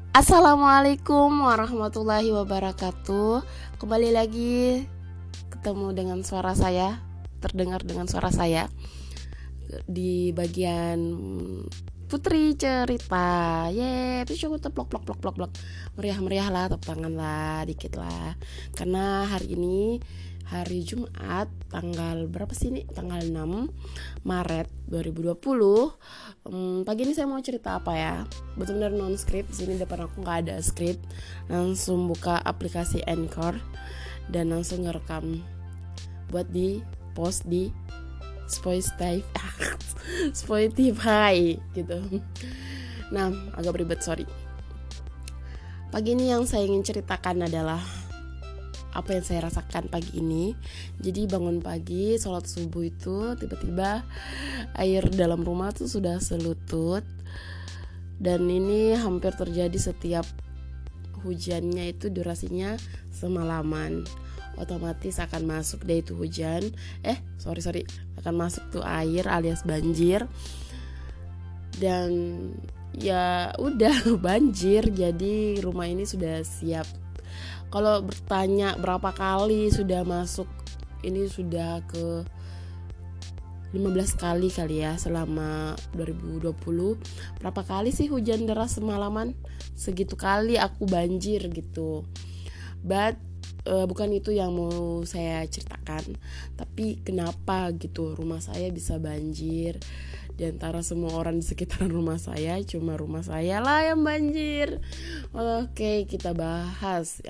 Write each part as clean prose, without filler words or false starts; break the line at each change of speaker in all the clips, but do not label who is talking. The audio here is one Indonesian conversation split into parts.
Assalamualaikum warahmatullahi wabarakatuh. Kembali lagi ketemu dengan suara saya, terdengar dengan suara saya di bagian Putri Cerita. Terus coba teplok plok plok plok plok. Meriah-meriah lah, tepuk tangan lah, dikit lah. Karena hari ini hari Jumat, tanggal berapa sih ini? Tanggal 6 Maret 2020. Pagi ini saya mau cerita apa ya? Betul-benar non script. Di sini depan aku nggak ada script. Langsung buka aplikasi Anchor dan langsung ngerekam buat di post di Spotify, Spotify gitu. Nah, agak beribet, sorry. Pagi ini yang saya ingin ceritakan adalah apa yang saya rasakan pagi ini. Jadi bangun pagi, sholat subuh itu tiba-tiba air dalam rumah tuh sudah selutut. Dan ini hampir terjadi setiap hujannya itu durasinya semalaman. Otomatis akan masuk deh itu hujan. Akan masuk tuh air alias banjir. Dan ya udah banjir. Jadi rumah ini sudah siap. Kalau bertanya berapa kali sudah masuk, ini sudah ke 15 kali ya selama 2020. Berapa kali sih hujan deras semalaman? Segitu kali aku banjir gitu. But bukan itu yang mau saya ceritakan. Tapi kenapa gitu rumah saya bisa banjir? Di antara semua orang di sekitaran rumah saya, cuma rumah saya lah yang banjir. Oke, kita bahas.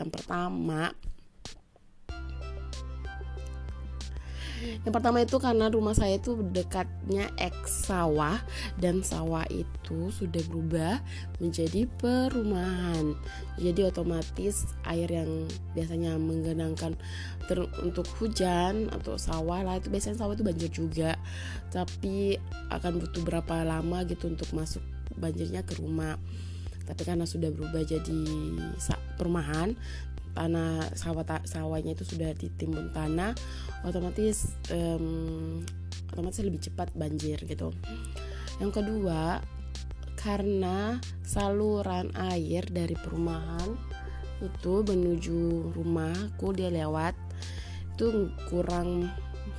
Yang pertama itu karena rumah saya itu dekatnya sawah, dan sawah itu sudah berubah menjadi perumahan. Jadi otomatis air yang biasanya menggenangkan untuk hujan atau sawah lah, itu biasanya sawah itu banjir juga. Tapi akan butuh berapa lama gitu untuk masuk banjirnya ke rumah. Tapi karena sudah berubah jadi perumahan, tanah sawahnya itu sudah ditimbun tanah, otomatis lebih cepat banjir gitu. Yang kedua, karena saluran air dari perumahan itu menuju rumahku, dia lewat itu kurang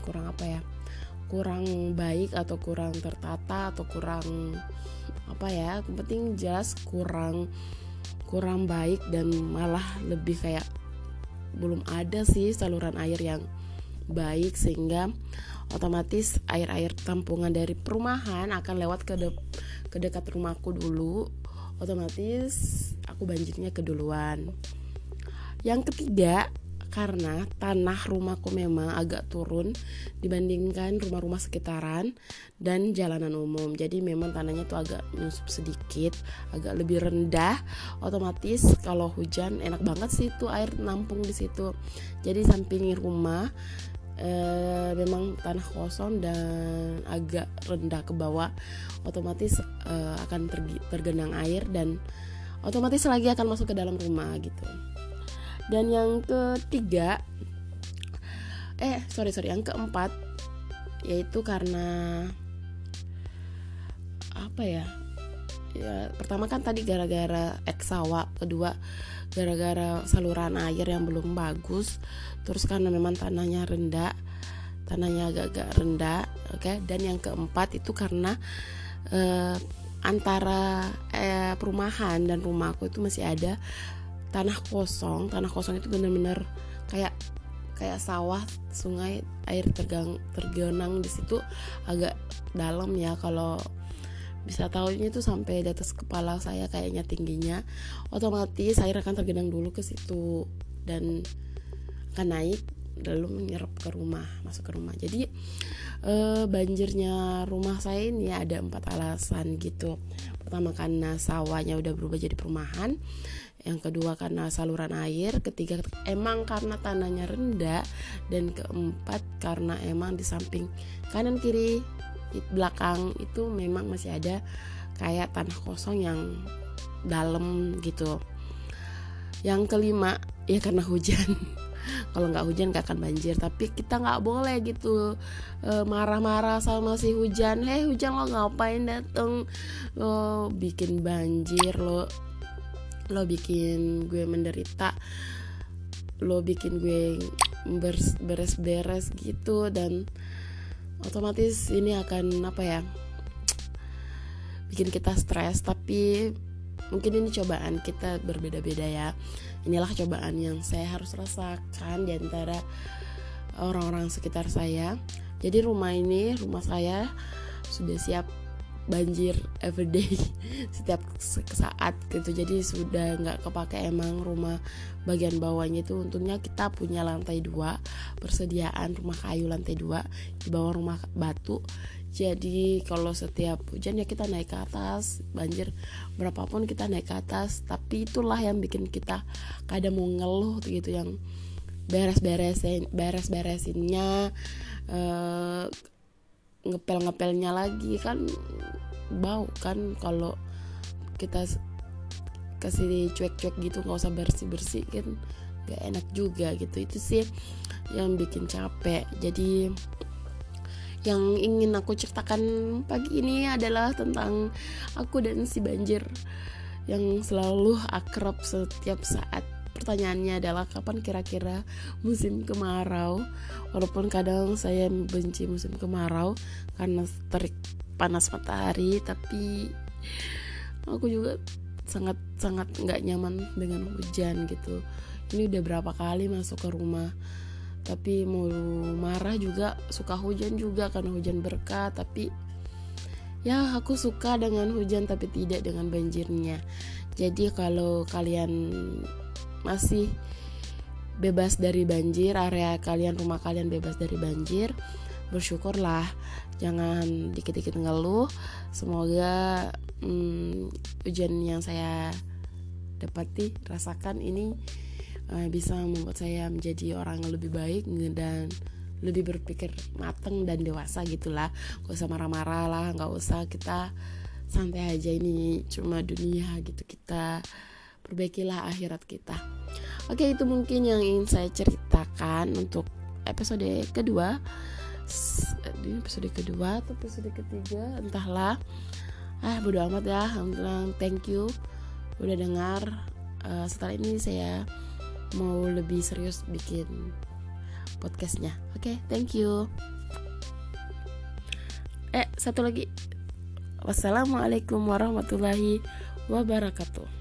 baik atau kurang tertata atau kurang yang penting jelas kurang baik, dan malah lebih kayak belum ada sih saluran air yang baik, sehingga otomatis air tampungan dari perumahan akan lewat ke dekat rumahku dulu, otomatis aku banjirnya keduluan. Yang ketiga, karena tanah rumahku memang agak turun dibandingkan rumah-rumah sekitaran dan jalanan umum. Jadi memang tanahnya tuh agak nyusup sedikit, agak lebih rendah. Otomatis kalau hujan enak banget sih tuh air nampung di situ. Jadi samping rumah memang tanah kosong dan agak rendah ke bawah. Otomatis akan tergenang air dan otomatis lagi akan masuk ke dalam rumah gitu. Dan yang ketiga, yang keempat, yaitu karena pertama kan tadi gara-gara sawah, kedua gara-gara saluran air yang belum bagus, terus karena memang tanahnya agak-agak rendah, oke. Dan yang keempat itu karena antara perumahan dan rumahku itu masih ada tanah kosong itu benar-benar kayak sawah, sungai, air tergenang di situ agak dalam ya. Kalau bisa tahunya itu sampai di atas kepala saya kayaknya tingginya. Otomatis air akan tergenang dulu ke situ dan akan naik lalu menyerap ke rumah, masuk ke rumah. Jadi banjirnya rumah saya ini ada 4 alasan gitu. Pertama, karena sawahnya udah berubah jadi perumahan. Yang kedua, karena saluran air. Ketiga, emang karena tanahnya rendah. Dan keempat, karena emang di samping kanan kiri belakang itu memang masih ada kayak tanah kosong yang dalam gitu. Yang kelima, ya karena hujan. Kalau nggak hujan nggak akan banjir, tapi kita nggak boleh gitu marah-marah sama si hujan. Hujan, lo ngapain dateng, lo bikin banjir, lo lo bikin gue menderita, lo bikin gue beres-beres gitu, dan otomatis ini akan bikin kita stres. Tapi mungkin ini cobaan, kita berbeda-beda ya. Inilah cobaan yang saya harus rasakan di antara orang-orang sekitar saya. Jadi rumah saya sudah siap banjir everyday setiap saat gitu. Jadi sudah nggak kepake emang rumah bagian bawahnya itu. Untungnya kita punya lantai 2, persediaan rumah kayu lantai 2 di bawah rumah batu. Jadi kalau setiap hujan ya kita naik ke atas, banjir berapapun kita naik ke atas. Tapi itulah yang bikin kita kadang mau ngeluh gitu, yang beresinnya, ngepelnya lagi kan bau kan, kalau kita kasih cuek-cuek gitu, nggak usah bersih kan nggak enak juga gitu. Itu sih yang bikin capek. Jadi yang ingin aku ceritakan pagi ini adalah tentang aku dan si banjir yang selalu akrab setiap saat. Pertanyaannya adalah kapan kira-kira musim kemarau. Walaupun kadang saya benci musim kemarau karena terik panas matahari, tapi aku juga sangat nggak nyaman dengan hujan gitu. Ini udah berapa kali masuk ke rumah, tapi mau marah juga suka hujan juga karena hujan berkah. Tapi ya aku suka dengan hujan tapi tidak dengan banjirnya. Jadi kalau kalian masih bebas dari banjir, area kalian, rumah kalian bebas dari banjir, bersyukurlah, jangan dikit-dikit ngeluh. Semoga hujan yang saya rasakan ini bisa membuat saya menjadi orang yang lebih baik dan lebih berpikir matang dan dewasa gitulah. Gak usah marah-marah lah, gak usah, kita santai aja, ini cuma dunia gitu, kita perbaikilah akhirat kita. Oke, itu mungkin yang ingin saya ceritakan untuk episode kedua. Ini episode kedua atau episode ketiga, entahlah. Bodo amat ya. Thank you udah dengar. Setelah ini saya mau lebih serius bikin podcastnya. Oke, thank you. Satu lagi. Wassalamualaikum warahmatullahi wabarakatuh.